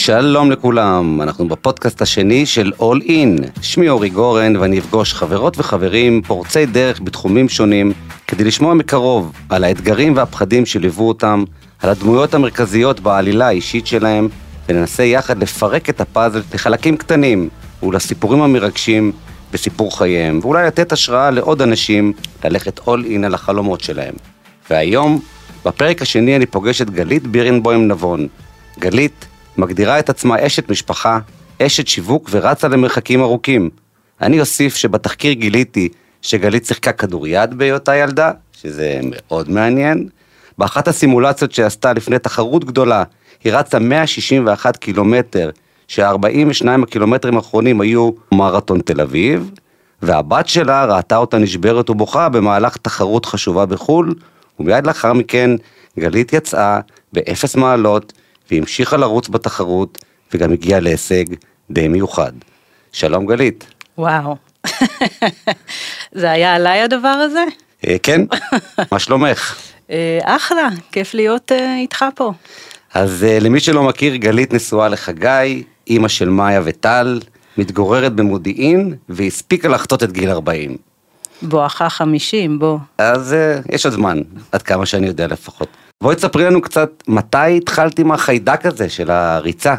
שלום לכולם, אנחנו בפודקאסט השני של All In. שמי אורי גורן ואני אפגוש חברות וחברים פורצי דרך בתחומים שונים כדי לשמוע מקרוב על האתגרים והפחדים שליוו אותם, על הדמויות המרכזיות בעלילה האישית שלהם, וננסה יחד לפרק את הפאזל לחלקים קטנים ולסיפורים המרגשים בסיפור חייהם, ואולי לתת השראה לעוד אנשים ללכת All In על החלומות שלהם. והיום, בפרק השני אני פוגש את גלית בירנבוים נבון. גלית מגדירה את עצמה אשת משפחה, אשת שיווק ורצה למרחקים ארוכים. אני אוסיף שבתחקיר גיליתי שגלית שיחקה כדוריד בהיותה ילדה, שזה מאוד מעניין. באחת הסימולציות שעשתה לפני תחרות גדולה, היא רצה 161 קילומטר, ש42 הקילומטרים האחרונים היו מרתון תל אביב, והבת שלה ראתה אותה נשברת ובוכה במהלך תחרות חשובה בחול, ומיד לאחר מכן גלית יצאה באפס מעלות, והמשיכה לרוץ בתחרות, וגם הגיעה להישג די מיוחד. שלום גלית. וואו. זה היה עליי הדבר הזה? כן, מה שלומך? אחלה, כיף להיות איתך פה. אז למי שלא מכיר, גלית נשואה לחגי, אמא של מאיה וטל, מתגוררת במודיעין, והספיקה לחצות את גיל 40. בואכה 50, בוא. אז יש עוד זמן, עד כמה שאני יודע לפחות. בואי תספרי לנו קצת, מתי התחלת עם החיידק הזה של הריצה?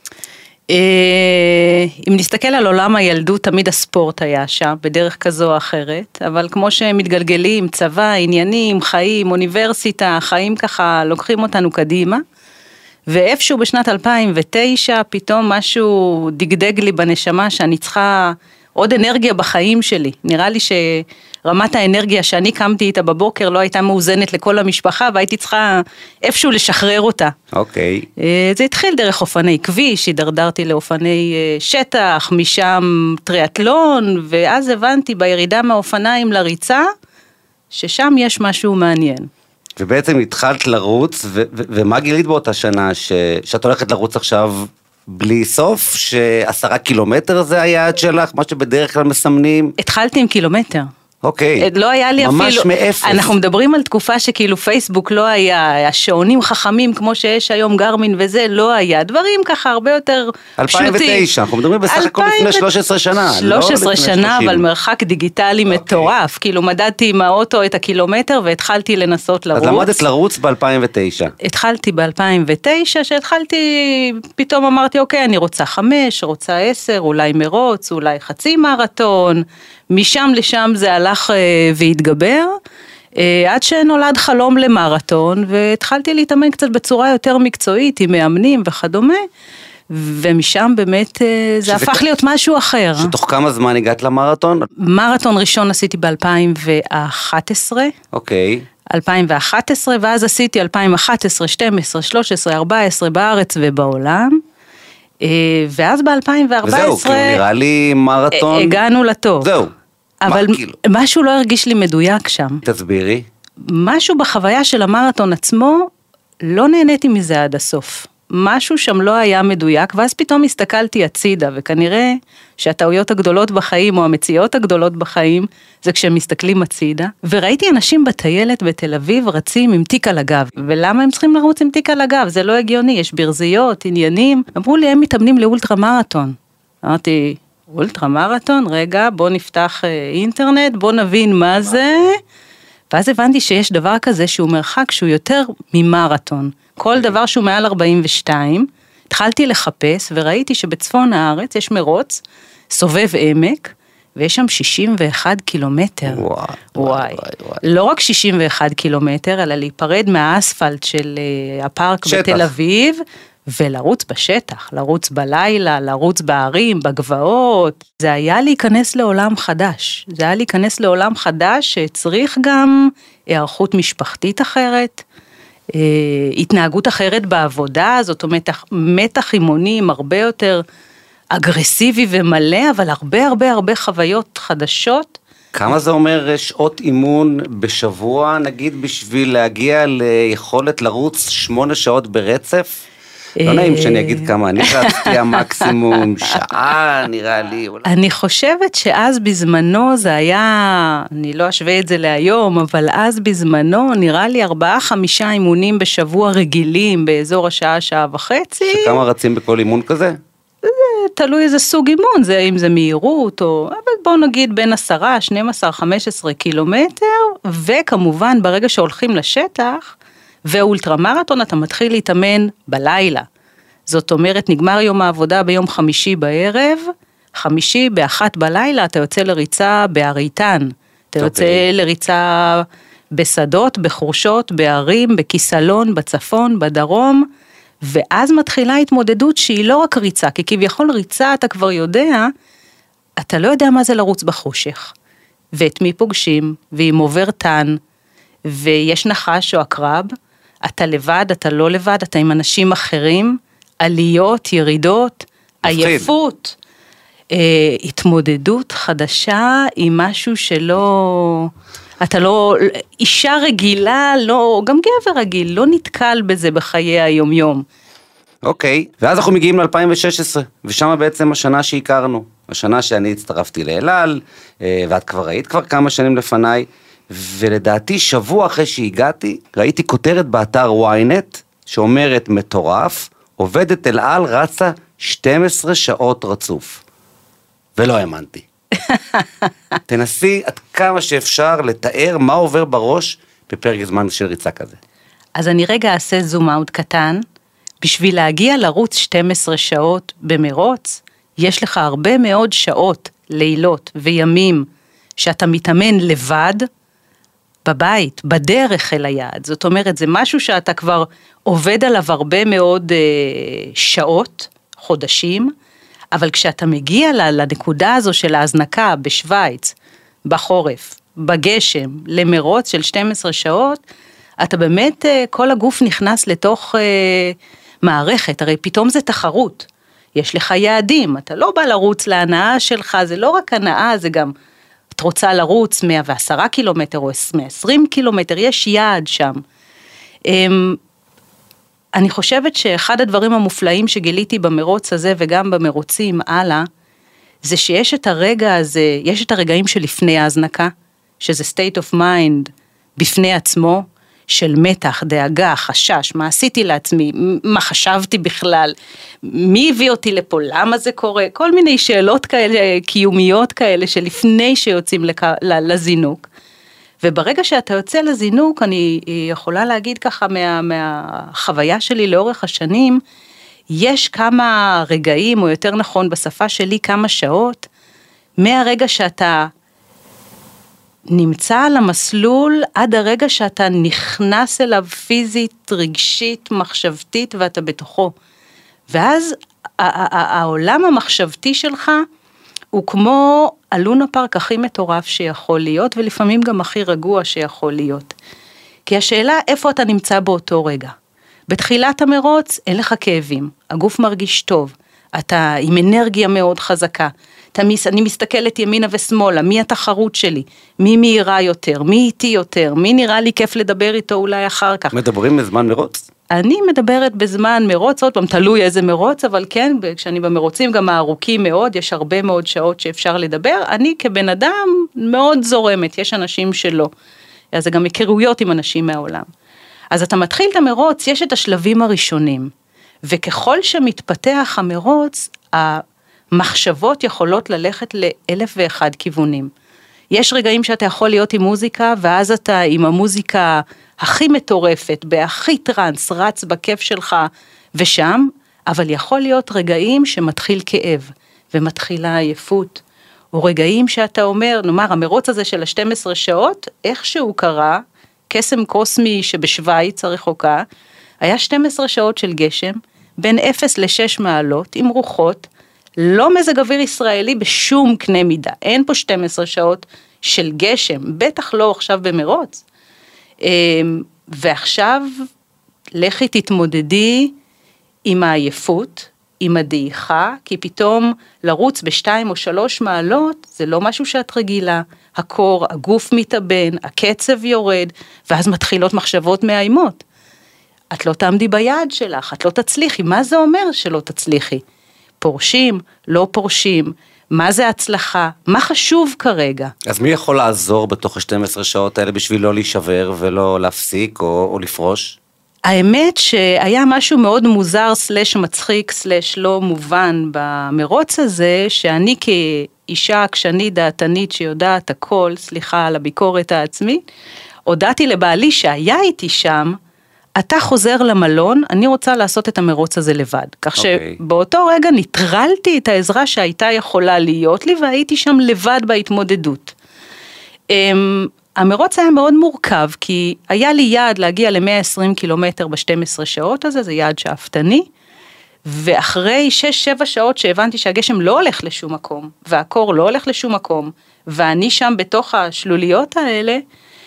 אם נסתכל על עולם הילדות, תמיד הספורט היה שם, בדרך כזו או אחרת, אבל כמו שמתגלגלים, צבא, עניינים, חיים, אוניברסיטה, חיים ככה לוקחים אותנו קדימה, ואיפשהו בשנת 2009, פתאום משהו דגדג לי בנשמה, שאני צריכה עוד אנרגיה בחיים שלי. נראה לי שרמת האנרגיה שאני קמתי איתה בבוקר לא הייתה מאוזנת לכל המשפחה, והייתי צריכה איפשהו לשחרר אותה. אוקיי. זה התחיל דרך אופני כביש, הידרדרתי לאופני שטח, משם טריאטלון, ואז הבנתי בירידה מהאופניים לריצה, ששם יש משהו מעניין. ובעצם התחלת לרוץ, ומה גילית באותה שנה, שאת הולכת לרוץ עכשיו בלי סוף, ש10 קילומטר זה היעד שלך, מה שבדרך כלל מסמנים? התחלתי עם קילומטר. אוקיי, לא היה לי ממש אפילו, מאפס. אנחנו מדברים על תקופה שכאילו פייסבוק לא היה, השעונים חכמים כמו שיש היום גרמין וזה, לא היה, דברים ככה הרבה יותר 2009, אנחנו מדברים בסך הכל לפני 13 שנה. 13 שנה, אבל מרחק דיגיטלי מטורף, כאילו מדדתי עם האוטו את הקילומטר והתחלתי לנסות לרוץ. אז למדת לרוץ ב-2009. התחלתי ב-2009, שהתחלתי, פתאום אמרתי, אוקיי, אני רוצה 5, רוצה 10, אולי מרוץ, אולי חצי מרתון, משם לשם זה הלך והתגבר, עד שנולד חלום למרתון, והתחלתי להתאמן קצת בצורה יותר מקצועית, עם מאמנים וכדומה, ומשם באמת זה הפך להיות משהו אחר. שתוך כמה זמן הגעת למרתון? מרתון ראשון עשיתי ב-2011. אוקיי. 2011, ואז עשיתי 2011, 12, 13, 14 בארץ ובעולם. ואז ב-2014... וזהו, כאילו נראה לי מרתון... הגענו לטוב. זהו. אבל משהו לא הרגיש לי מדויק שם. תסבירי. משהו בחוויה של המרתון עצמו, לא נהניתי מזה עד הסוף. משהו שם לא היה מדויק, ואז פתאום הסתכלתי הצידה, וכנראה שהטעויות הגדולות בחיים, או המציאות הגדולות בחיים, זה כשהם מסתכלים הצידה, וראיתי אנשים בטיילת בתל אביב רצים עם תיק על הגב, ולמה הם צריכים לרוץ עם תיק על הגב? זה לא הגיוני, יש ברזיות, עניינים, אמרו לי, הם מתאמנים לאולטרה מרתון. אמרתי, אולטרה מרתון, רגע, בוא נפתח אינטרנט, בוא נבין מה זה, ואז הבנתי שיש דבר כזה שהוא מרחק שהוא יותר ממרתון. כל דבר שהוא מעל 42, התחלתי לחפש וראיתי שבצפון הארץ יש מרוץ, סובב עמק, ויש שם 61 קילומטר. וואי. לא רק 61 קילומטר, אלא להיפרד מהאספלט של הפארק בתל אביב, ולרוץ בשטח, לרוץ בלילה, לרוץ בערים, בגבעות. זה היה להיכנס לעולם חדש. זה היה להיכנס לעולם חדש שצריך גם היערכות משפחתית אחרת, התנהגות אחרת בעבודה, זאת אומרת, מתח אימונים הרבה יותר אגרסיבי ומלא, אבל הרבה חוויות חדשות. כמה זה אומר שעות אימון בשבוע, נגיד בשביל להגיע ליכולת לרוץ 8 שעות ברצף? לא נעים שאני אגיד כמה, אני רצתי המקסימום, שעה נראה לי. אני חושבת שאז בזמנו זה היה, אני לא אשווה את זה להיום, אבל אז בזמנו נראה לי 4-5 אימונים בשבוע רגילים, באזור השעה, שעה וחצי. שכמה רצים בכל אימון כזה? תלוי איזה סוג אימון, זה, אם זה מהירות, אבל בוא נגיד בין 10, 12, 15 קילומטר, וכמובן ברגע שהולכים לשטח, ואולטרמרתון אתה מתחיל להתאמן בלילה. זאת אומרת, נגמר יום העבודה ביום חמישי בערב, חמישי ב-1 בלילה אתה יוצא לריצה בהר איתן, אתה יוצא לריצה בשדות, בחורשות, בערים, בכיסלון, בצפון, בדרום, ואז מתחילה התמודדות שהיא לא רק ריצה, כי כביכול ריצה אתה כבר יודע, אתה לא יודע מה זה לרוץ בחושך, ואת מי פוגשים, ואם עובר תן, ויש נחש או עקרב, אתה לבד, אתה לא לבד, אתה עם אנשים אחרים, עליות, ירידות, עייפות, התמודדות חדשה עם משהו שלא, אתה לא, אישה רגילה, לא, גם גבר רגיל, לא נתקל בזה בחיי היום-יום. אוקיי, ואז אנחנו מגיעים ל-2016, ושם בעצם השנה שהכרנו, השנה שאני הצטרפתי לאלעל, ואת כבר ראית כבר כמה שנים לפניי, ולדעתי שבוע אחרי שהגעתי, ראיתי כותרת באתר ynet, שאומרת מטורף, עובדת אלעל רצה 12 שעות רצוף. ולא האמנתי. תנסי עד כמה שאפשר לתאר מה עובר בראש בפרק זמן של ריצה כזה. אז אני רגע אעשה זום אאוט קטן, בשביל להגיע לרוץ 12 שעות במרוץ, יש לך הרבה מאוד שעות, לילות וימים, שאתה מתאמן לבד, בבית, בדרך אל היעד. זאת אומרת, זה משהו שאתה כבר עובד עליו הרבה מאוד שעות, חודשים, אבל כשאתה מגיע לנקודה הזו של ההזנקה בשוויץ, בחורף, בגשם, למרוץ של 12 שעות, אתה באמת, כל הגוף נכנס לתוך מערכת, הרי פתאום זה תחרות. יש לך יעדים, אתה לא בא לרוץ להנאה שלך, זה לא רק הנאה, זה גם, את רוצה לרוץ 110 קילומטר או 120 קילומטר, יש יעד שם. אני חושבת שאחד הדברים המופלאים שגיליתי במרוץ הזה וגם במרוצים הלאה, זה שיש את הרגע הזה, יש את הרגעים שלפני ההזנקה, שזה state of mind בפני עצמו, של מתח, דאגה, חשש, מה עשיתי לעצמי, מה חשבתי בכלל, מי הביא אותי לפה, למה זה קורה, כל מיני שאלות כאלה, קיומיות כאלה, שלפני שיוצאים לזינוק, וברגע שאתה יוצא לזינוק, אני יכולה להגיד ככה מהחוויה שלי לאורך השנים, יש כמה רגעים, או יותר נכון בשפה שלי, כמה שעות, מהרגע שאתה נמצא על המסלול, עד הרגע שאתה נכנס אליו פיזית, רגשית, מחשבתית, ואתה בתוכו. ואז העולם המחשבתי שלך, הוא כמו הלונה פארק הכי מטורף שיכול להיות, ולפעמים גם הכי רגוע שיכול להיות. כי השאלה, איפה אתה נמצא באותו רגע? בתחילת המרוץ, אין לך כאבים, הגוף מרגיש טוב, אתה עם אנרגיה מאוד חזקה, אני מסתכלת ימינה ושמאלה, מי התחרות שלי, מי מהירה יותר, מי איתי יותר, מי נראה לי כיף לדבר איתו אולי אחר כך. מדברים בזמן מרוץ? אני מדברת בזמן מרוץ, עוד פעם תלוי איזה מרוץ, אבל כן, כשאני במרוצים גם הארוכים מאוד, יש הרבה מאוד שעות שאפשר לדבר, אני כבן אדם מאוד זורמת, יש אנשים שלא, אז זה גם היכרויות עם אנשים מהעולם. אז אתה מתחיל את המרוץ, יש את השלבים הראשונים, וככל שמתפתח המרוץ, המחשבות יכולות ללכת ל1,001 כיוונים. יש רגעים שאתה יכול להיות עם מוזיקה, ואז אתה עם המוזיקה הכי מטורפת, בהכי טרנס, רץ בכיף שלך ושם, אבל יכול להיות רגעים שמתחיל כאב, ומתחילה עייפות, או רגעים שאתה אומר, נאמר, המרוץ הזה של ה-12 שעות, איכשהו קרה, קסם קוסמי שבשוויץ הרחוקה, היה 12 שעות של גשם, בין 0 ל-6 מעלות, עם רוחות, לא מזג אוויר ישראלי בשום קנה מידה, אין פה 12 שעות של גשם, בטח לא עכשיו במרוץ, ועכשיו לכי תתמודדי עם העייפות, עם הדעיכה, כי פתאום לרוץ ב2 או 3 מעלות, זה לא משהו שאת רגילה, הקור, הגוף מתאבן, הקצב יורד, ואז מתחילות מחשבות מאיימות. את לא תעמדי ביעד שלך, את לא תצליחי. מה זה אומר שלא תצליחי? פורשים, לא פורשים, מה זה הצלחה, מה חשוב כרגע? אז מי יכול לעזור בתוך ה-12 שעות האלה בשביל לא להישבר ולא להפסיק או לפרוש? האמת שהיה משהו מאוד מוזר סלש מצחיק סלש לא מובן במרוץ הזה, שאני כאישה עקשנית דעתנית שיודעת הכל, סליחה על הביקורת העצמית, הודעתי לבעלי שהיה איתי שם, אתה חוזר למלון, אני רוצה לעשות את המרוץ הזה לבד. כך שבאותו רגע נטרלתי את העזרה שהייתה יכולה להיות לי, והייתי שם לבד בהתמודדות. המרוץ היה מאוד מורכב, כי היה לי יעד להגיע ל-120 קילומטר ב-12 שעות הזה, זה יעד שאפתני, ואחרי 6-7 שעות שהבנתי שהגשם לא הולך לשום מקום, והקור לא הולך לשום מקום, ואני שם בתוך השלוליות האלה,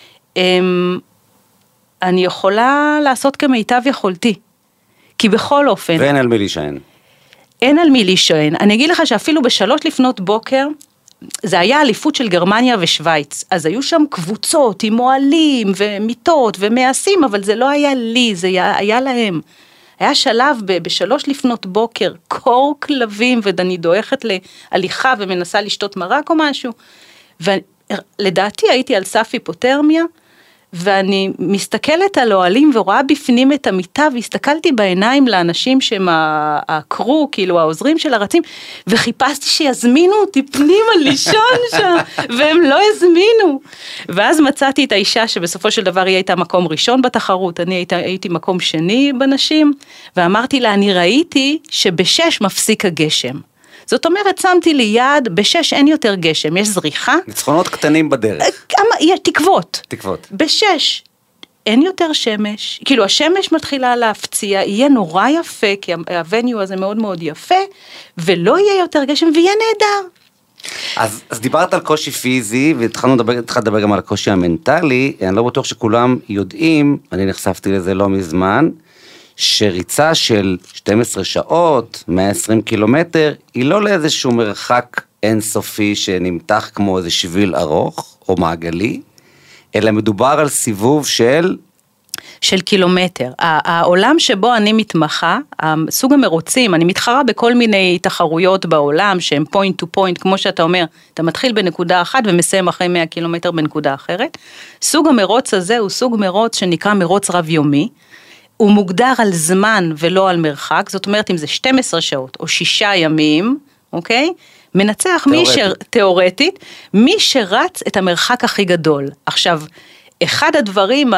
אני יכולה לעשות כמיטב יכולתי, כי בכל אופן... ואין על מי להישען. אין על מי להישען. אני אגיד לך שאפילו ב3 לפנות בוקר, זה היה אליפות של גרמניה ושוויץ, אז היו שם קבוצות עם מועלים ומיטות ומעשים, אבל זה לא היה לי, זה היה להם. היה שלב ב3 לפנות בוקר, קור כלבים, ואני דואכת להליכה ומנסה לשתות מרק או משהו, ולדעתי הייתי על סף היפותרמיה, ואני מסתכלת על אוהלים ורואה בפנים את המיטה, והסתכלתי בעיניים לאנשים שהם הקרו, כאילו העוזרים של הרצים, וחיפשתי שיזמינו אותי פנימה לישון שם, והם לא הזמינו. ואז מצאתי את האישה שבסופו של דבר היא הייתה מקום ראשון בתחרות, אני הייתי מקום שני בנשים, ואמרתי לה, אני ראיתי שב6 מפסיק הגשם. זאת אומרת, שמתי לי יד, ב6 אין יותר גשם, יש זריחה. ניצחונות קטנים בדרך. תקוות. תקוות. ב6 אין יותר שמש, כאילו השמש מתחילה להפציע, יהיה נורא יפה, כי הווניו הזה מאוד מאוד יפה, ולא יהיה יותר גשם, ויהיה נהדר. אז דיברת על קושי פיזי, והתחלנו לדבר גם על הקושי המנטלי, אני לא בטוח שכולם יודעים, אני נחשפתי לזה לא מזמן, שריצה של 12 שעות, 120 קילומטר, היא לא לאיזשהו מרחק אינסופי שנמתח כמו איזה שביל ארוך או מעגלי, אלא מדובר על סיבוב של קילומטר. העולם שבו אני מתמחה, סוג המרוצים, אני מתחרה בכל מיני תחרויות בעולם, שהם point to point, כמו שאתה אומר, אתה מתחיל בנקודה אחת ומסיים אחרי 100 קילומטר בנקודה אחרת. סוג המרוץ הזה הוא סוג מרוץ שנקרא מרוץ רב יומי, הוא מוגדר על זמן ולא על מרחק, זאת אומרת אם זה 12 שעות או 6 ימים, אוקיי? מנצח תיאורטית, מי שרץ את המרחק הכי גדול. עכשיו, אחד הדברים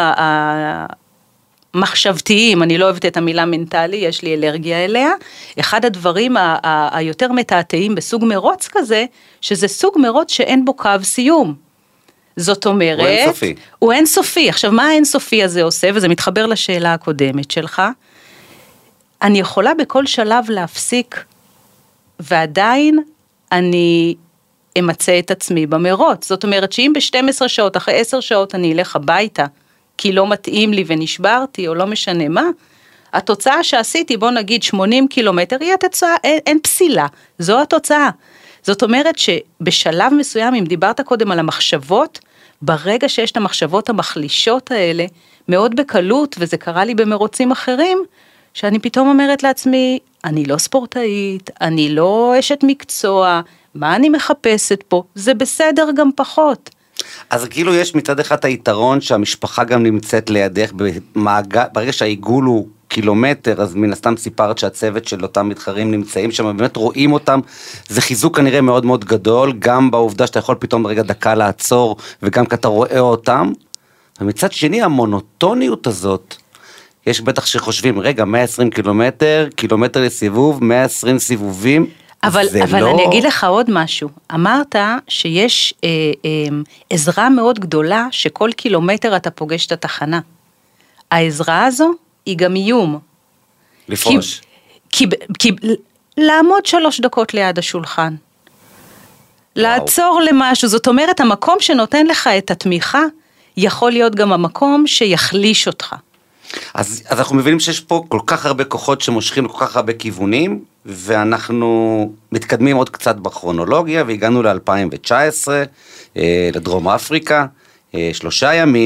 המחשבתיים, אני לא אוהבת את המילה מנטלי, יש לי אלרגיה אליה, אחד הדברים היותר מתעתעים בסוג מרוץ כזה, שזה סוג מרוץ שאין בו קו סיום. זאת אומרת, הוא אינסופי. הוא אינסופי. עכשיו, מה האינסופי הזה עושה? וזה מתחבר לשאלה הקודמת שלך. אני יכולה בכל שלב להפסיק, ועדיין אני אמצא את עצמי במרוץ. זאת אומרת, שאם ב12 שעות, אחרי 10 שעות אני אלך הביתה, כי לא מתאים לי ונשברתי, או לא משנה מה, התוצאה שעשיתי, בוא נגיד 80 קילומטר, היא התוצאה, אין פסילה. זו התוצאה. זאת אומרת שבשלב מסוים, אם דיברת קודם על המחשבות, ברגע שיש את המחשבות המחלישות האלה, מאוד בקלות, וזה קרה לי במרוצים אחרים, שאני פתאום אומרת לעצמי, אני לא ספורטאית, אני לא אשת מקצוע, מה אני מחפשת פה? זה בסדר גם פחות. אז כאילו יש מצד אחד היתרון שהמשפחה גם נמצאת לידך במעגל, ברגע שהעיגול הוא קילומטר, אז מן הסתם סיפרת שהצוות של אותם מתחרים נמצאים שם, באמת רואים אותם, זה חיזוק כנראה מאוד מאוד גדול, גם בעובדה שאתה יכול פתאום ברגע דקה לעצור, וגם כי אתה רואה אותם, ומצד שני המונוטוניות הזאת, יש בטח שחושבים, רגע, 120 קילומטר, קילומטר לסיבוב, 120 סיבובים, אבל לא... אני אגיד לך עוד משהו, אמרת שיש עזרה מאוד גדולה, שכל קילומטר אתה פוגש את התחנה. העזרה הזו היא גם איום. לפרוש. כי לעמוד 3 דקות ליד השולחן. לעצור למשהו, זאת אומרת, המקום שנותן לך את התמיכה, יכול להיות גם המקום שיחליש אותך. אז אנחנו מבינים שיש פה כל כך הרבה כוחות שמושכים לכל כך הרבה כיוונים, ואנחנו מתקדמים עוד קצת בכרונולוגיה, והגענו ל-2019, לדרום אפריקה, 3 ימים,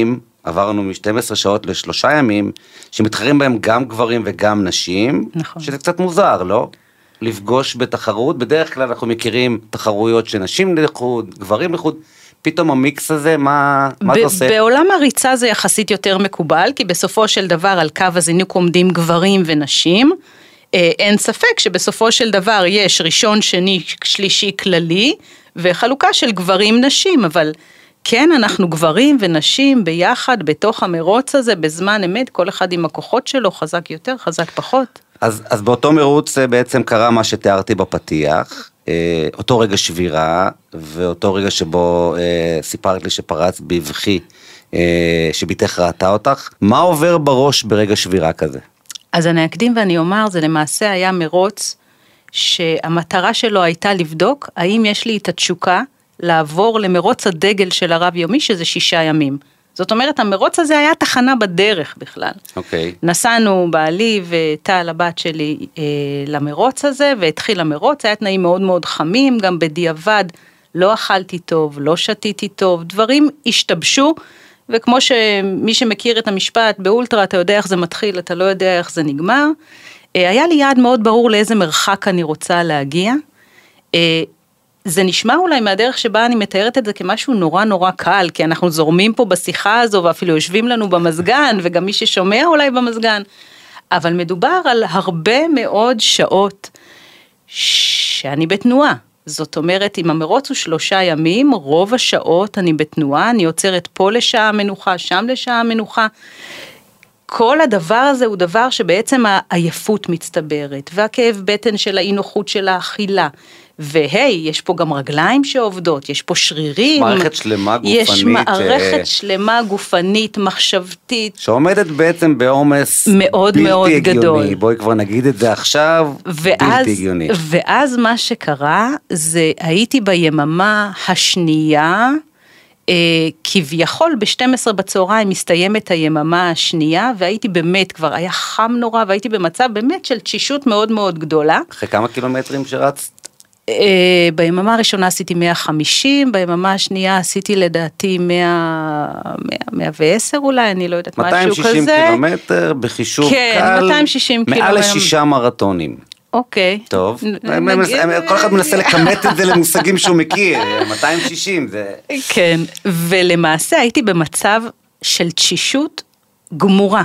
עברנו מ-12 שעות ל3 ימים, שמתחרים בהם גם גברים וגם נשים, נכון. שזה קצת מוזר, לא? לפגוש בתחרות, בדרך כלל אנחנו מכירים תחרויות שנשים לחוד, גברים לחוד, פתאום המיקס הזה, מה זה עושה? בעולם הריצה זה יחסית יותר מקובל, כי בסופו של דבר על קו הזינוק עומדים גברים ונשים, אין ספק שבסופו של דבר יש ראשון, שני, שלישי כללי, וחלוקה של גברים נשים, אבל כן, אנחנו גברים ונשים ביחד בתוך המרוץ הזה, בזמן אמת, כל אחד עם הכוחות שלו, חזק יותר, חזק פחות. אז באותו מרוץ בעצם קרה מה שתיארתי בפתיח, אותו רגע שבירה, ואותו רגע שבו סיפרת לי שפרץ בבכי, שביתך ראתה אותך, מה עובר בראש ברגע שבירה כזה? אז אני אקדים ואני אומר, זה למעשה היה מרוץ, שהמטרה שלו הייתה לבדוק, האם יש לי את התשוקה, לעבור למרוץ הדגל של הרב יומי, שזה 6 ימים. זאת אומרת, המרוץ הזה היה תחנה בדרך בכלל. אוקיי. נסענו בעלי וטל הבת שלי למרוץ הזה, והתחיל המרוץ, היה תנאים מאוד מאוד חמים, גם בדיעבד לא אכלתי טוב, לא שתיתי טוב, דברים השתבשו, וכמו שמי שמכיר את המשפט באולטרה, אתה יודע איך זה מתחיל, אתה לא יודע איך זה נגמר, היה לי יעד מאוד ברור לאיזה מרחק אני רוצה להגיע, זה נשמע אולי מהדרך שבה אני מתארת את זה כמשהו נורא נורא קל, כי אנחנו זורמים פה בשיחה הזו, ואפילו יושבים לנו במזגן, וגם מי ששומע אולי במזגן, אבל מדובר על הרבה מאוד שעות שאני בתנועה. זאת אומרת, אם המרוץ הוא 3 ימים, רוב השעות אני בתנועה, אני יוצרת פה לשעה מנוחה, שם לשעה מנוחה. כל הדבר הזה הוא דבר שבעצם העייפות מצטברת, והכאב בטן של האי-נוחות של האכילה, יש פה גם רגליים שעובדות, יש פה שרירים, מערכת שלמה גופנית, יש מערכת שלמה גופנית, מחשבתית, שעומדת בעצם בעומס מאוד בלתי מאוד הגיוני, גדול. בואי כבר נגיד את זה עכשיו, בלתי הגיוני. ואז מה שקרה, זה הייתי ביממה השנייה, כביכול ב-12 בצהריים מסתיימת היממה השנייה, והייתי באמת, כבר היה חם נורא, והייתי במצב באמת של תשישות מאוד מאוד גדולה. אחרי כמה קילומטרים שרצת? ביממה הראשונה עשיתי 150, ביממה השנייה עשיתי לדעתי 110 אולי, אני לא יודעת משהו כזה. 260 קילומטר בחישוב כן, קל, 260 מעל ל6 מרתונים. אוקיי. טוב, כל אחד מנסה לכמת את זה למושגים שהוא מכיר, 260 זה... כן, ולמעשה הייתי במצב של תשישות גמורה.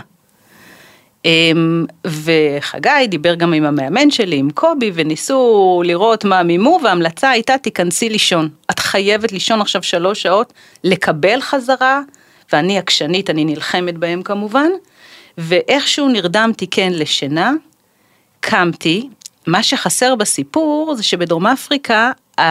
וחגי דיבר גם עם המאמן שלי, עם קובי, וניסו לראות מה מימו, וההמלצה הייתה, תיכנסי לישון. את חייבת לישון עכשיו 3 שעות, לקבל חזרה, ואני עקשנית, אני נלחמת בהם כמובן, ואיכשהו נרדמתי כן לשינה, קמתי, מה שחסר בסיפור, זה שבדרום אפריקה,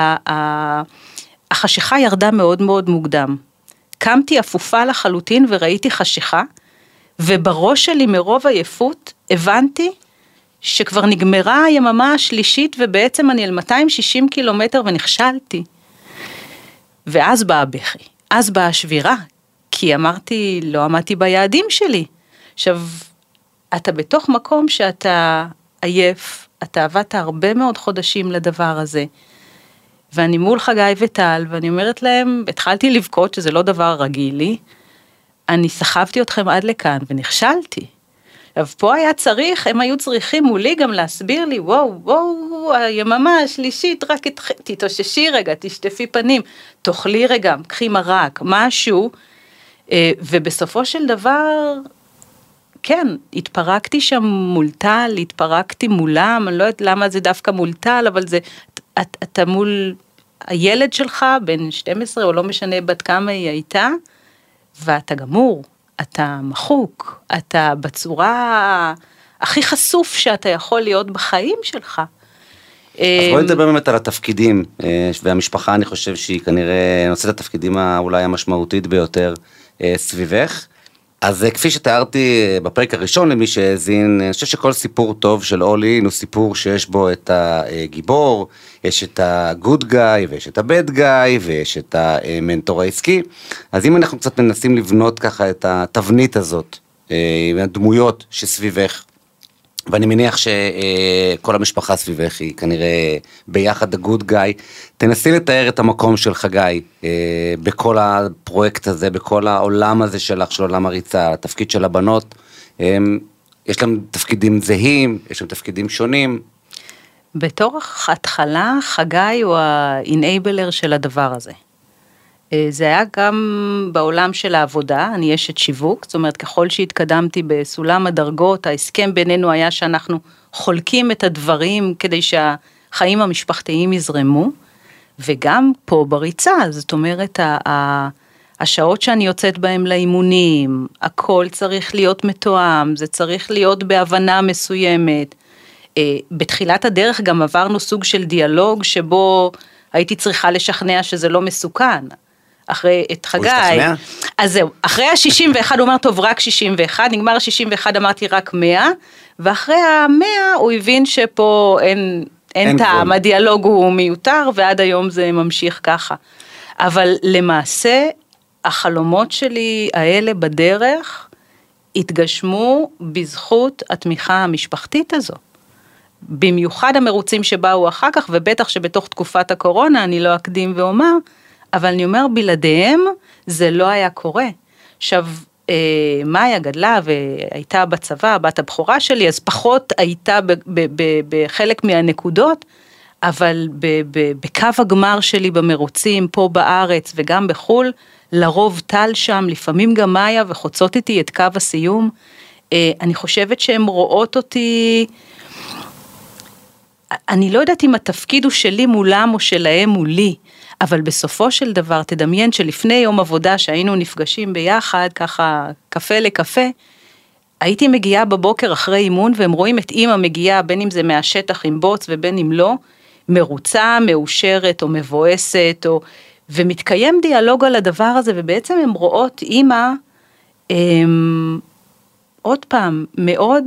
החשיכה ירדה מאוד מאוד מוקדם. קמתי אפופה לחלוטין, וראיתי חשיכה, ובראש שלי מרוב עייפות הבנתי שכבר נגמרה היממה השלישית ובעצם אני על 260 קילומטר ונכשלתי. ואז באה בכי, אז באה השבירה, כי אמרתי, לא עמדתי ביעדים שלי. עכשיו, אתה בתוך מקום שאתה עייף, אתה עבדת הרבה מאוד חודשים לדבר הזה, ואני מול חגי וטל, ואני אומרת להם, התחלתי לבכות שזה לא דבר רגיל לי, אני סחבתי אתכם עד לכאן ונכשלתי. עכשיו פה היה צריך, הם היו צריכים מולי גם להסביר לי, וואו, היממה השלישית, רק תתאוששי רגע, תשטפי פנים, תאכלי רגע, קחי מרק, משהו, ובסופו של דבר, כן, התפרקתי שם מול טל, התפרקתי מולם, אני לא יודעת למה זה דווקא מול טל, אבל זה, אתה מול הילד שלך, בן 12 או לא משנה בת כמה היא הייתה, ואתה גמור, אתה מחוק, אתה בצורה הכי חשוף שאתה יכול להיות בחיים שלך. אז בואי נדבר באמת על התפקידים, והמשפחה אני חושב שהיא כנראה נושאת התפקידים אולי המשמעותית ביותר סביבך. אז כפי שתיארתי בפרק הראשון למי שהאזין, אני חושב שכל סיפור טוב של All In הוא סיפור שיש בו את הגיבור, יש את ה-good guy ויש את ה-bad guy ויש את המנטור העסקי. אז אם אנחנו קצת מנסים לבנות ככה את התבנית הזאת, הדמויות שסביבך, ואני מניח שכל המשפחה סביבך היא כנראה ביחד הגוד גאי. תנסי לתאר את המקום של חגי בכל הפרויקט הזה, בכל העולם הזה שלך, של עולם הריצה, התפקיד של הבנות. יש להם תפקידים זהים, יש להם תפקידים שונים. בתור התחלה, חגי הוא ה-enabler של הדבר הזה. זה היה גם בעולם של העבודה, אני אשת שיווק, זאת אומרת, ככל שהתקדמתי בסולם הדרגות, ההסכם בינינו היה שאנחנו חולקים את הדברים, כדי שהחיים המשפחתיים יזרמו, וגם פה בריצה, זאת אומרת, השעות שאני יוצאת בהם לאימונים, הכל צריך להיות מתואם, זה צריך להיות בהבנה מסוימת. בתחילת הדרך גם עברנו סוג של דיאלוג, שבו הייתי צריכה לשכנע שזה לא מסוכן. אחרי את חגי, אז זהו, אחרי ה-61 הוא אומר, טוב, רק 61, נגמר ה-61, אמרתי רק 100, ואחרי ה-100 הוא הבין שפה אין טעם, הדיאלוג הוא מיותר, ועד היום זה ממשיך ככה. אבל למעשה, החלומות שלי האלה בדרך, התגשמו בזכות התמיכה המשפחתית הזו. במיוחד המרוצים שבאו אחר כך, ובטח שבתוך תקופת הקורונה, אני לא אקדים ואומר, אבל אני אומר, בלעדיהם זה לא היה קורה. עכשיו, מאיה גדלה והייתה בצבא, בת הבכורה שלי, אז פחות הייתה בחלק מהנקודות, אבל בקו הגמר שלי במרוצים, פה בארץ וגם בחול, לרוב טל שם, לפעמים גם מאיה, וחוצות איתי את קו הסיום. אני חושבת שהן רואות אותי, אני לא יודעת אם התפקיד הוא שלי מולם או שלהם מולי, אבל בסופו של דבר, תדמיין שלפני יום עבודה שהיינו נפגשים ביחד, ככה קפה לקפה, הייתי מגיעה בבוקר אחרי אימון, והם רואים את אמא מגיעה, בין אם זה מהשטח עם בוץ ובין אם לא, מרוצה, מאושרת או מבואסת, ומתקיים דיאלוג על הדבר הזה, ובעצם הם רואות אמא, עוד פעם, מאוד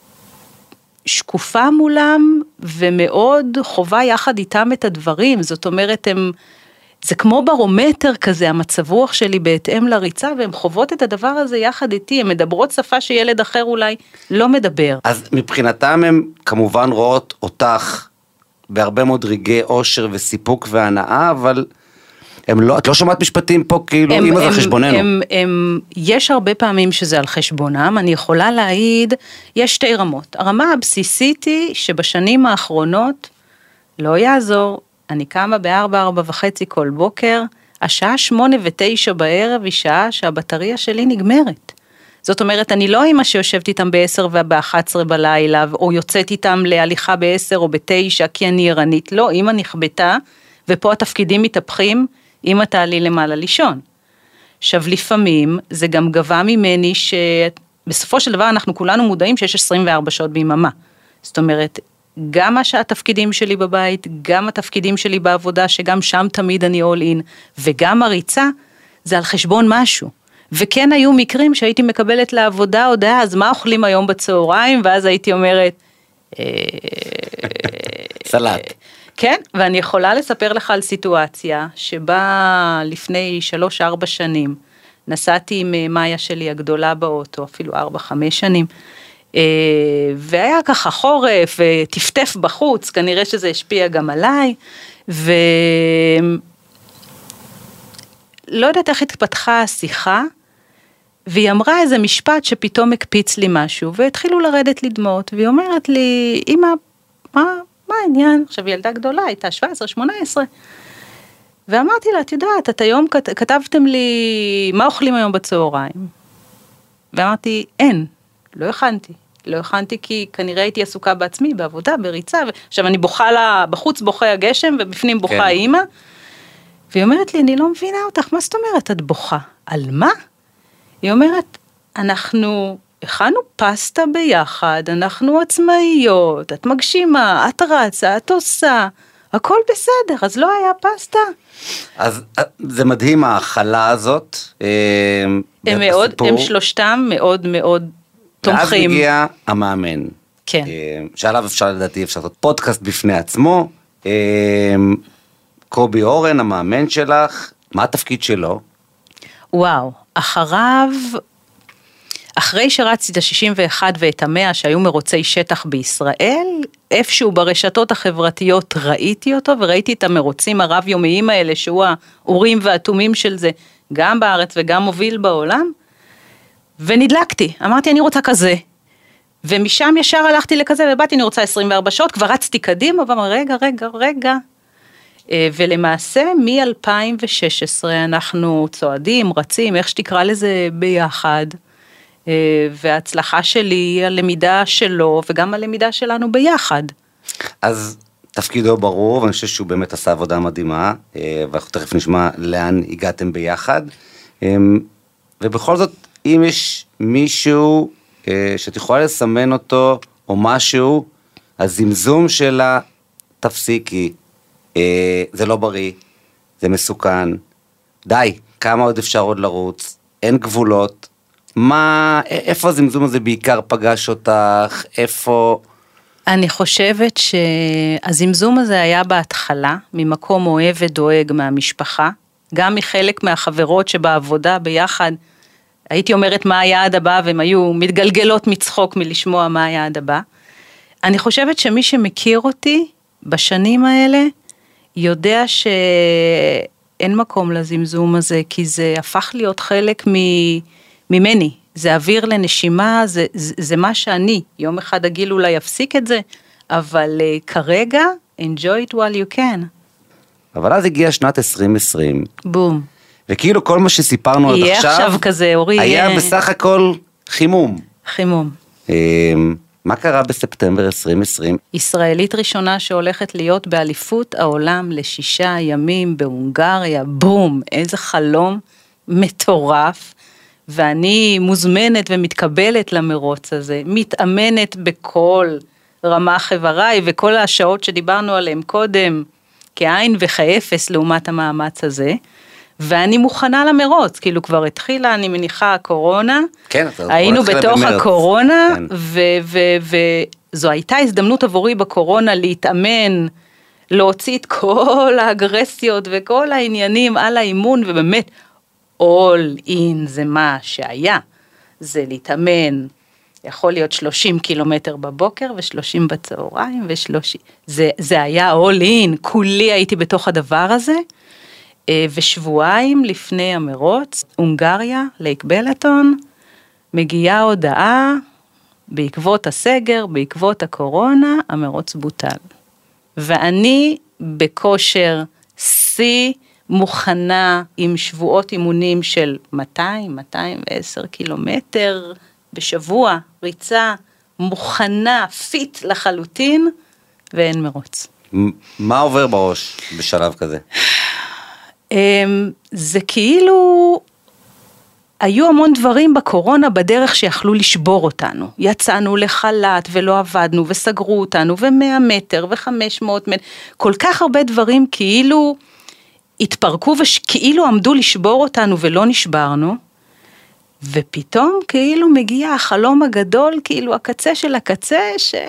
שקופה מולם, ומאוד חובה יחד איתם את הדברים, זאת אומרת, זה כמו ברומטר כזה, המצב רוח שלי בהתאם לריצה, והן חוות את הדבר הזה יחד איתי, הן מדברות שפה שילד אחר אולי לא מדבר. אז מבחינתם הן כמובן רואות אותך, בהרבה מאוד רגעי אושר וסיפוק והנאה, אבל את לא שומעת משפטים פה כאילו, אמא זה חשבוננו. יש הרבה פעמים שזה על חשבונם, אני יכולה להעיד, יש שתי רמות. הרמה הבסיסית היא שבשנים האחרונות, לא יעזור, אני קמה ב4:30 כל בוקר, השעה 8:09 בערב היא שעה שהבטריה שלי נגמרת. זאת אומרת, אני לא אמא שיושבת איתם ב10 וב11 בלילה, או יוצאת איתם להליכה ב10 או ב9, כי אני ערנית, לא, אמא נכבטה, ופה התפקידים מתהפכים, אמא תעלי למעלה לישון. עכשיו, לפעמים זה גם גבה ממני שבסופו של דבר אנחנו כולנו מודעים שיש 24 שעות ביממה. זאת אומרת, גם התפקידים שלי בבית, גם התפקידים שלי בעבודה, שגם שם תמיד אני all in, וגם הריצה, זה על חשבון משהו. וכן היו מקרים שהייתי מקבלת לעבודה הודעה, אז מה אוכלים היום בצהריים? ואז הייתי אומרת, סלט. כן, ואני יכולה לספר לך על סיטואציה, שבה לפני 3-4 שנים, נסעתי עם מאיה שלי הגדולה באוטו, אפילו 4-5 שנים, והיה ככה חורף, וטפטף בחוץ, כנראה שזה השפיע גם עליי, ולא יודעת איך התפתחה השיחה, והיא אמרה איזה משפט שפתאום הקפיץ לי משהו, והתחילו לרדת לי דמעות, והיא אומרת לי, אמא, מה העניין? עכשיו ילדה גדולה, הייתה 17-18, ואמרתי לה, את יודעת, את היום כתבתם לי, מה אוכלים היום בצהריים? ואמרתי, אין, לא הכנתי כי כנראה הייתי עסוקה בעצמי, בעבודה, בריצה, עכשיו אני בוכה לה, בחוץ בוכה הגשם, ובפנים בוכה האמא, והיא אומרת לי, אני לא מבינה אותך, מה זאת אומרת, את בוכה? על מה? היא אומרת, אנחנו הכנו פסטה ביחד, אנחנו עצמאיות, את מגשימה, את רצה, את עושה, הכל בסדר, אז לא היה פסטה. אז זה מדהים ההכלה הזאת. הם שלושתם מאוד מאוד תומכים. ואז מגיע המאמן. כן. שעליו אפשר לדעתי, אפשר לעשות פודקאסט בפני עצמו. קובי אורן, המאמן שלך, מה התפקיד שלו? וואו, אחריו אחרי שרצתי את ה-61 ואת ה-100 שהיו מרוצי שטח בישראל, איפשהו ברשתות החברתיות ראיתי אותו, וראיתי את המרוצים הרב-יומיים האלה, שהוא האורים והתומים של זה, גם בארץ וגם מוביל בעולם, ונדלקתי, אמרתי אני רוצה כזה, ומשם ישר הלכתי לכזה, ובאתי אני רוצה 24 שעות, כבר רצתי קדימה, ואמר רגע, ולמעשה מ-2016 אנחנו צועדים, רצים, איך שתקרא לזה ביחד, וההצלחה שלי היא הלמידה שלו, וגם הלמידה שלנו ביחד. אז תפקידו ברור, ואני חושב שהוא באמת עשה עבודה מדהימה, ואנחנו תכף נשמע לאן הגעתם ביחד, ובכל זאת, אם יש מישהו שאת יכולה לסמן אותו, או משהו, הזמזום שלה, תפסיקי, זה לא בריא, זה מסוכן, די, כמה עוד אפשר עוד לרוץ, אין גבולות, איפה הזמזום הזה בעיקר פגש אותך, איפה... אני חושבת שהזמזום הזה היה בהתחלה, ממקום אוהב ודואג מהמשפחה, גם מחלק מהחברות שבעבודה ביחד, הייתי אומרת מה היעד הבא, והם היו מתגלגלות מצחוק מלשמוע מה היעד הבא. אני חושבת שמי שמכיר אותי בשנים האלה, יודע שאין מקום לזמזום הזה, כי זה הפך להיות חלק ממני, זה אוויר לנשימה, זה מה שאני, יום אחד הגיל אולי יפסיק את זה, אבל כרגע, enjoy it while you can. אבל אז הגיעה שנת 2020. בום. וכאילו כל מה שסיפרנו עד עכשיו, יהיה עכשיו כזה, אורי, היה בסך הכל חימום. חימום. מה קרה בספטמבר 2020? ישראלית ראשונה שהולכת להיות באליפות העולם ל6 ימים בהונגריה, בום, איזה חלום מטורף, ואני מוזמנת ומתקבלת למרוץ הזה, מתאמנת בכל רמה חבריי, וכל השעות שדיברנו עליהם קודם, כעין וכאפס לעומת המאמץ הזה, ואני מוכנה למרוץ, כאילו כבר התחילה, אני מניחה, הקורונה, כן, היינו בתוך הקורונה, כן. וזו הייתה הזדמנות עבורי בקורונה להתאמן, להוציא את כל האגרסיות וכל העניינים על האימון, ובאמת, all in זה מה שהיה, זה להתאמן, יכול להיות 30 קילומטר בבוקר, ו30 בצהריים, זה היה all in, כולי הייתי בתוך הדבר הזה, ושבועיים לפני המרוץ, הונגריה, לייק בלטון, מגיעה הודעה, בעקבות הסגר, בעקבות הקורונה, המרוץ בוטל. ואני בכושר שיא, מוכנה עם שבועות אימונים של 210 קילומטר בשבוע, ריצה, מוכנה, פיט לחלוטין, ואין מרוץ. מה עובר בראש בשלב כזה? זה כאילו, היו המון דברים בקורונה בדרך שיכלו לשבור אותנו. יצאנו לחל"ת ולא עבדנו וסגרו אותנו, ו100 מטר ו500 מטר, כל כך הרבה דברים כאילו התפרקו וכאילו עמדו לשבור אותנו ולא נשברנו, ופתאום כאילו מגיע החלום הגדול, כאילו הקצה של הקצה,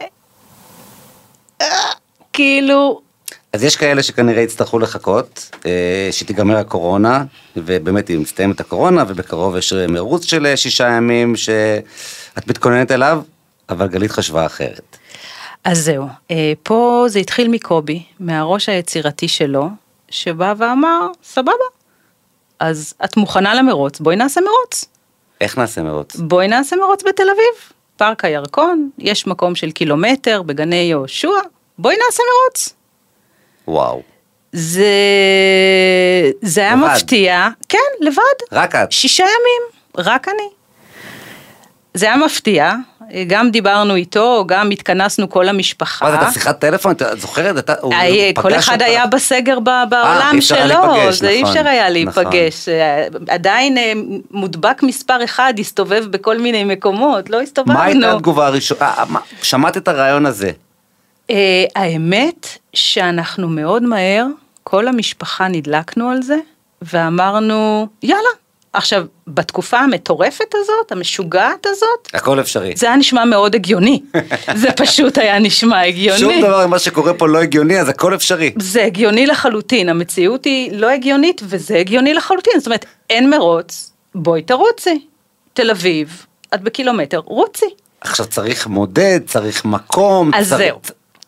כאילו... אז יש כאלה שכנראה יצטרכו לחכות, שתיגמר הקורונה, ובאמת היא מסתיימת הקורונה, ובקרוב יש מרוץ של 6 ימים שאת מתכוננת אליו, אבל גלית חשבה אחרת. אז זהו, פה זה התחיל מקובי, מהראש היצירתי שלו, שבא ואמר, סבבה, אז את מוכנה למרוץ, בואי נעשה מרוץ. איך נעשה מרוץ? בואי נעשה מרוץ בתל אביב, פארק הירקון, יש מקום של קילומטר בגני יהושע, בואי נעשה מרוץ. וואו. זה היה מפתיע, כן, לבד. רק את? 6 ימים, רק אני. זה היה מפתיע, גם דיברנו איתו, גם התכנסנו כל המשפחה. מה, אתה שיחת טלפון, אתה זוכרת? כל אחד היה בסגר בעולם שלו, זה אי אפשר היה להיפגש. עדיין מודבק מספר 1, הסתובב בכל מיני מקומות, לא הסתובבנו. מה הייתה התגובה הראשונה? שמעת את הרעיון הזה? האמת שאנחנו מאוד מהר, כל המשפחה נדלקנו על זה, ואמרנו, יאללה. עכשיו, בתקופה המטורפת הזאת, המשוגעת הזאת, הכל אפשרי. זה היה נשמע מאוד הגיוני. זה פשוט היה נשמע הגיוני. שום דבר מה שקורה פה לא הגיוני, אז הכל אפשרי. זה הגיוני לחלוטין, המציאות היא לא הגיונית, וזה הגיוני לחלוטין. זאת אומרת, אין מרוץ, בואי תרוצי. תל אביב, את בקילומטר, רוצי. עכשיו צריך מודד, צריך מקום. אז זהו.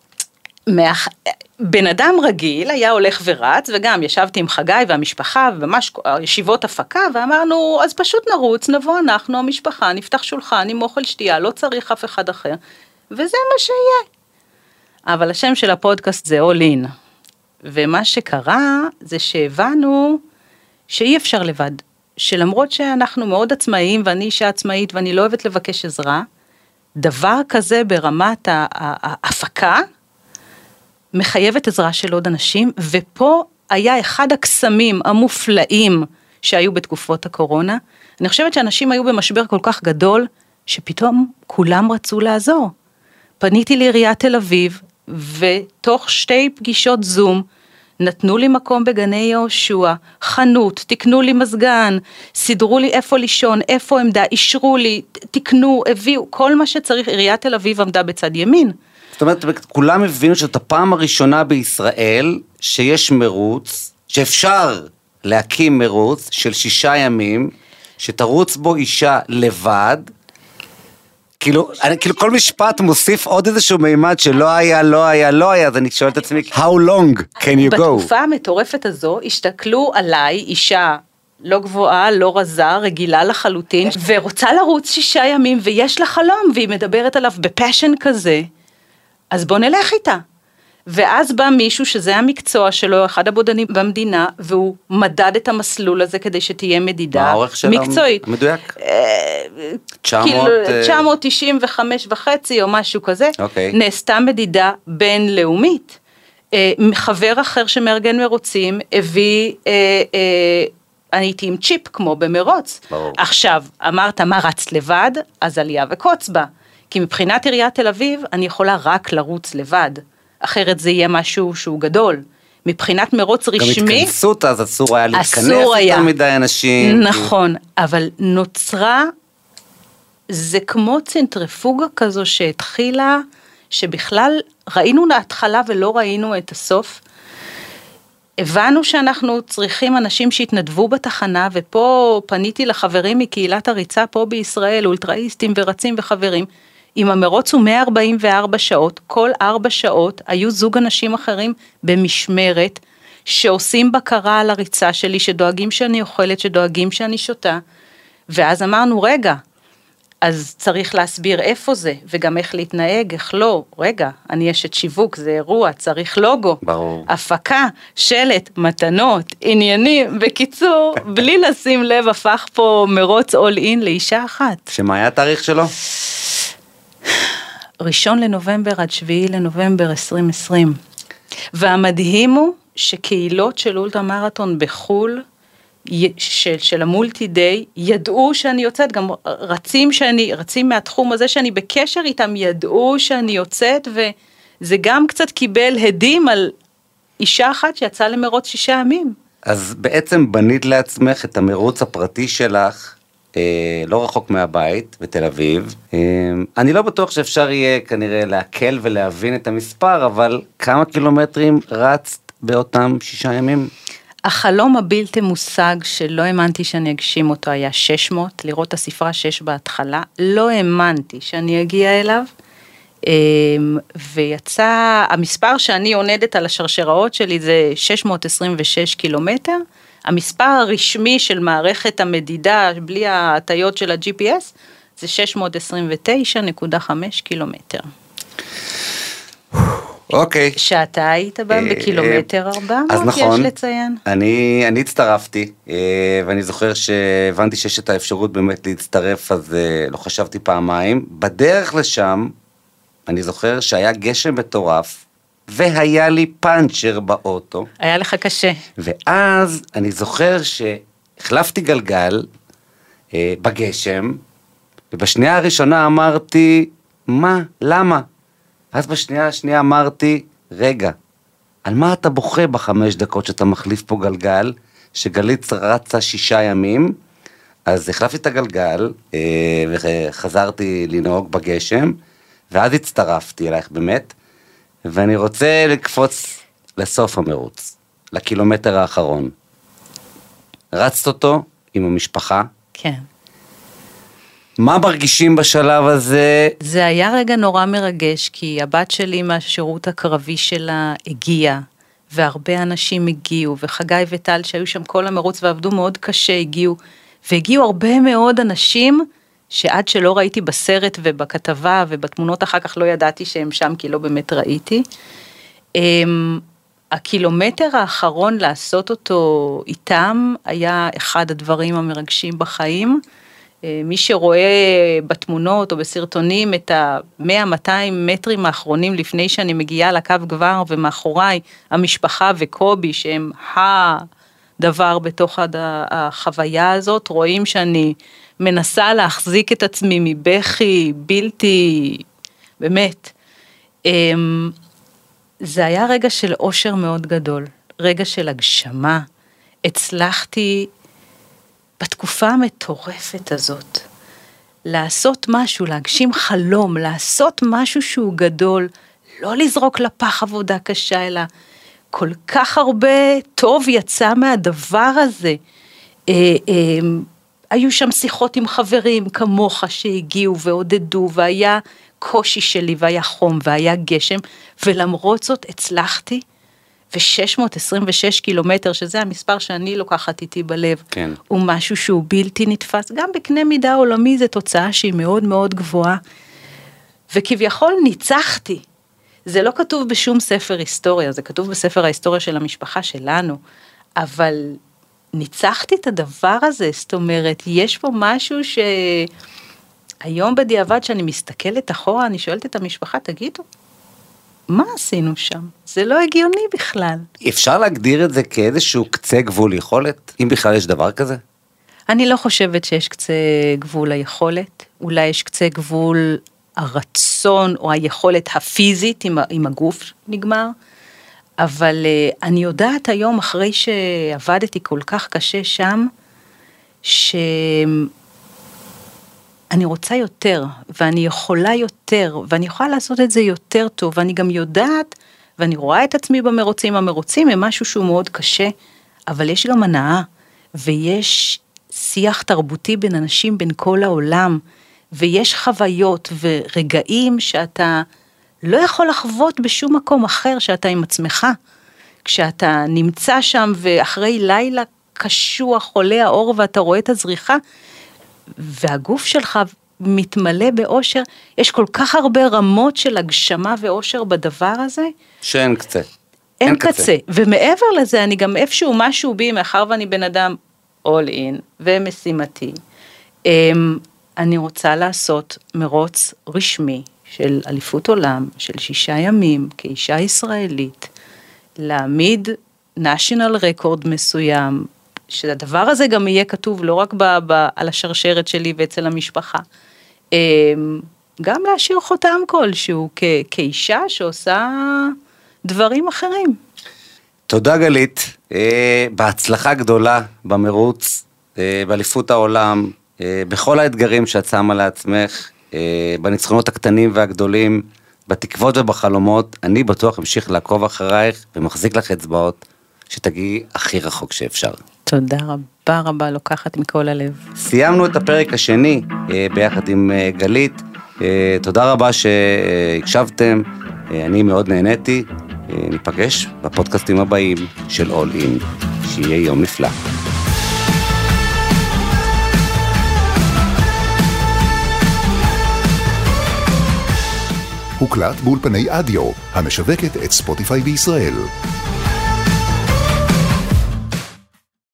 בן אדם רגיל היה הולך ורץ, וגם ישבתי עם חגי והמשפחה, וממש ישיבות הפקה, ואמרנו, אז פשוט נרוץ, נבוא אנחנו, המשפחה, נפתח שולחן עם אוכל שתייה, לא צריך אף אחד אחר, וזה מה שיהיה. אבל השם של הפודקאסט זה All In, ומה שקרה זה שהבנו שאי אפשר לבד, שלמרות שאנחנו מאוד עצמאיים, ואני אישה עצמאית, ואני לא אוהבת לבקש עזרה, דבר כזה ברמת ההפקה, מחייבת עזרה של עוד אנשים, ופה היה אחד הקסמים המופלאים שהיו בתקופות הקורונה. אני חושבת שאנשים היו במשבר כל כך גדול, שפתאום כולם רצו לעזור. פניתי לעיריית תל אביב, ותוך 2 פגישות זום, נתנו לי מקום בגני יהושע, חנות, תקנו לי מזגן, סידרו לי איפה לישון, איפה עמדה, אישרו לי, תקנו, הביאו, כל מה שצריך, עיריית תל אביב עמדה בצד ימין. זאת אומרת, כולם הבינו שזאת הפעם הראשונה בישראל שיש מרוץ, שאפשר להקים מרוץ של 6 ימים, שתרוץ בו אישה לבד, כאילו כל משפט מוסיף עוד איזשהו מימד שלא היה, אז אני שואל את עצמי, how long can you go? בתקופה המטורפת הזו, השתכלו עליי אישה לא גבוהה, לא רזה, רגילה לחלוטין, ורוצה לרוץ 6 ימים, ויש לה חלום, והיא מדברת עליו בפשן כזה, אז בוא נלך איתה. ואז בא מישהו שזה המקצוע שלו, אחד הבודדים במדינה, והוא מדד את המסלול הזה כדי שתהיה מדידה. מה האורך שלה? מקצועית. מדויק? 995.5 או משהו כזה. אוקיי. נעשתה מדידה בינלאומית. חבר אחר שמארגן מרוצים, הביא, אני הייתי עם צ'יפ כמו במרוץ. ברור. עכשיו, אמרת מה רצת לבד, אז עלייה וקוץ בה. כי מבחינת עיריית תל אביב, אני יכולה רק לרוץ לבד. אחרת זה יהיה משהו שהוא גדול. מבחינת מרוץ רשמי... גם התכנסות, אז אסור היה להתכנס יותר מדי אנשים. נכון, אבל נוצרה, זה כמו צנטריפוגה כזו שהתחילה, שבכלל ראינו להתחלה ולא ראינו את הסוף. הבנו שאנחנו צריכים אנשים שהתנדבו בתחנה, ופה פניתי לחברים מקהילת הריצה פה בישראל, אולטראיסטים ורצים וחברים, אם המרוץ הוא 144 שעות, כל 4 שעות היו זוג אנשים אחרים במשמרת, שעושים בקרה על הריצה שלי, שדואגים שאני אוכלת, שדואגים שאני שותה, ואז אמרנו, רגע, אז צריך להסביר איפה זה, וגם איך להתנהג, איך לא, רגע, אני אשת שיווק, זה אירוע, צריך לוגו, ברור. הפקה, שלט, מתנות, עניינים, בקיצור, בלי לשים לב, הפך פה מרוץ all in לאישה אחת. שמה היה התאריך שלו? 1 לנובמבר עד 7 לנובמבר 2020. והמדהים הוא שקהילות של אולטרה מרתון בחול, של המולטי דיי, ידעו שאני יוצאת, גם רצים מהתחום הזה שאני בקשר איתם, ידעו שאני יוצאת, וזה גם קצת קיבל הדים על אישה אחת שיצאה למרוץ 6 ימים. אז בעצם בנית לעצמך את המרוץ הפרטי שלך, לא רחוק מהבית, בתל אביב. אני לא בטוח שאפשר יהיה כנראה להקל ולהבין את המספר, אבל כמה קילומטרים רצת באותם 6 ימים? החלום הבלתי מושג שלא האמנתי שאני אגשים אותו היה 600, לראות את הספרה 6 בהתחלה, לא האמנתי שאני אגיע אליו, ויצא, המספר שאני עונדת על השרשראות שלי זה 626 קילומטר, המספר הרשמי של מערכת המדידה, בלי ההטיות של ה-GPS, זה 629.5 קילומטר. אוקיי. שאתה היית בהם בקילומטר 400, אז נכון, יש לציין. אני הצטרפתי, ואני זוכר שהבנתי שיש את האפשרות באמת להצטרף, אז לא חשבתי פעמיים. בדרך לשם, אני זוכר שהיה גשם מטורף, והיה לי פאנצ'ר באוטו. היה לך קשה. ואז אני זוכר שהחלפתי גלגל בגשם, ובשנייה הראשונה אמרתי, מה? למה? אז בשנייה השנייה אמרתי, רגע, על מה אתה בוכה ב5 דקות שאתה מחליף פה גלגל, שגלית רצה 6 ימים, אז החלפתי את הגלגל, וחזרתי לנהוג בגשם, ואז הצטרפתי אלייך באמת, ואני רוצה לקפוץ לסוף המרוץ, לקילומטר האחרון. רצת אותו עם המשפחה. כן. מה מרגישים בשלב הזה? זה היה רגע נורא מרגש, כי הבת שלי מהשירות הקרבי שלה הגיעה, והרבה אנשים הגיעו, וחגי וטל שהיו שם כל המרוץ ועבדו מאוד קשה הגיעו, והגיעו הרבה מאוד אנשים, שעד שלא ראיתי בסרט ובכתבה ובתמונות אחר כך לא ידעתי שהם שם, כי לא באמת ראיתי. הקילומטר האחרון לעשות אותו איתם, היה אחד הדברים המרגשים בחיים. מי שרואה בתמונות או בסרטונים את ה-100-200 מטרים האחרונים לפני שאני מגיעה לקו גבר, ומאחוריי המשפחה וקובי, שהם הדבר בתוך החוויה הזאת, רואים שאני מנסה להחזיק את עצמי מבכי, בלתי, באמת. זה היה רגע של אושר מאוד גדול, רגע של הגשמה. הצלחתי בתקופה המטורפת הזאת, לעשות משהו, להגשים חלום, לעשות משהו שהוא גדול, לא לזרוק לפח עבודה קשה, אלא כל כך הרבה טוב יצא מהדבר הזה. היו שם שיחות עם חברים כמוך שהגיעו ועודדו, והיה קושי שלי, והיה חום, והיה גשם, ולמרות זאת הצלחתי, ו-626 קילומטר, שזה המספר שאני לוקחת איתי בלב, כן. הוא משהו שהוא בלתי נתפס, גם בקנה מידה עולמי, זו תוצאה שהיא מאוד מאוד גבוהה, וכביכול ניצחתי, זה לא כתוב בשום ספר היסטוריה, זה כתוב בספר ההיסטוריה של המשפחה שלנו, אבל ניצחתי את הדבר הזה, זאת אומרת, יש פה משהו שהיום בדיעבד שאני מסתכלת אחורה, אני שואלת את המשפחה, תגידו, מה עשינו שם? זה לא הגיוני בכלל. אפשר להגדיר את זה כאיזשהו קצה גבול יכולת? אם בכלל יש דבר כזה? אני לא חושבת שיש קצה גבול היכולת, אולי יש קצה גבול הרצון או היכולת הפיזית עם הגוף נגמר, אבל אני יודעת היום אחרי שעבדתי כל כך קשה שם, אני רוצה יותר, ואני יכולה יותר, ואני יכולה לעשות את זה יותר טוב, ואני גם יודעת, ואני רואה את עצמי במרוצים, המרוצים הם משהו שהוא מאוד קשה, אבל יש גם הנאה, ויש שיח תרבותי בין אנשים, בין כל העולם, ויש חוויות ורגעים שאתה לא יכול לחוות בשום מקום אחר, שאתה עם עצמך, כשאתה נמצא שם, ואחרי לילה קשוח, חולה האור, ואתה רואה את הזריחה, והגוף שלך מתמלא באושר, יש כל כך הרבה רמות של הגשמה ואושר בדבר הזה. שאין קצה. אין קצה. ומעבר לזה, אני גם איפשהו משהו בי, מאחר ואני בן אדם all in ומשימתי, אני רוצה לעשות מרוץ רשמי של אליפות עולם, של 6 ימים, כאישה ישראלית, להעמיד national record מסוים, שהדבר הזה גם יהיה כתוב לא רק על השרשרת שלי ואצל המשפחה, גם להשאיר חותם כלשהו כאישה שעושה דברים אחרים. תודה גלית, בהצלחה גדולה במרוץ, באליפות העולם, בכל האתגרים שאת שמה לעצמך, בניצחונות הקטנים והגדולים, בתקוות ובחלומות, אני בטוח אמשיך לעקוב אחרייך ומחזיק לך אצבעות, שתגיעי הכי רחוק שאפשר. תודה רבה רבה, לוקחת מכל הלב. סיימנו את הפרק השני ביחד עם גלית, תודה רבה שהקשבתם, אני מאוד נהניתי, ניפגש בפודקאסטים הבאים של All In, שיהיה יום נפלא. הוקלט באולפני אדיו, המשווקת את ספוטיפיי בישראל.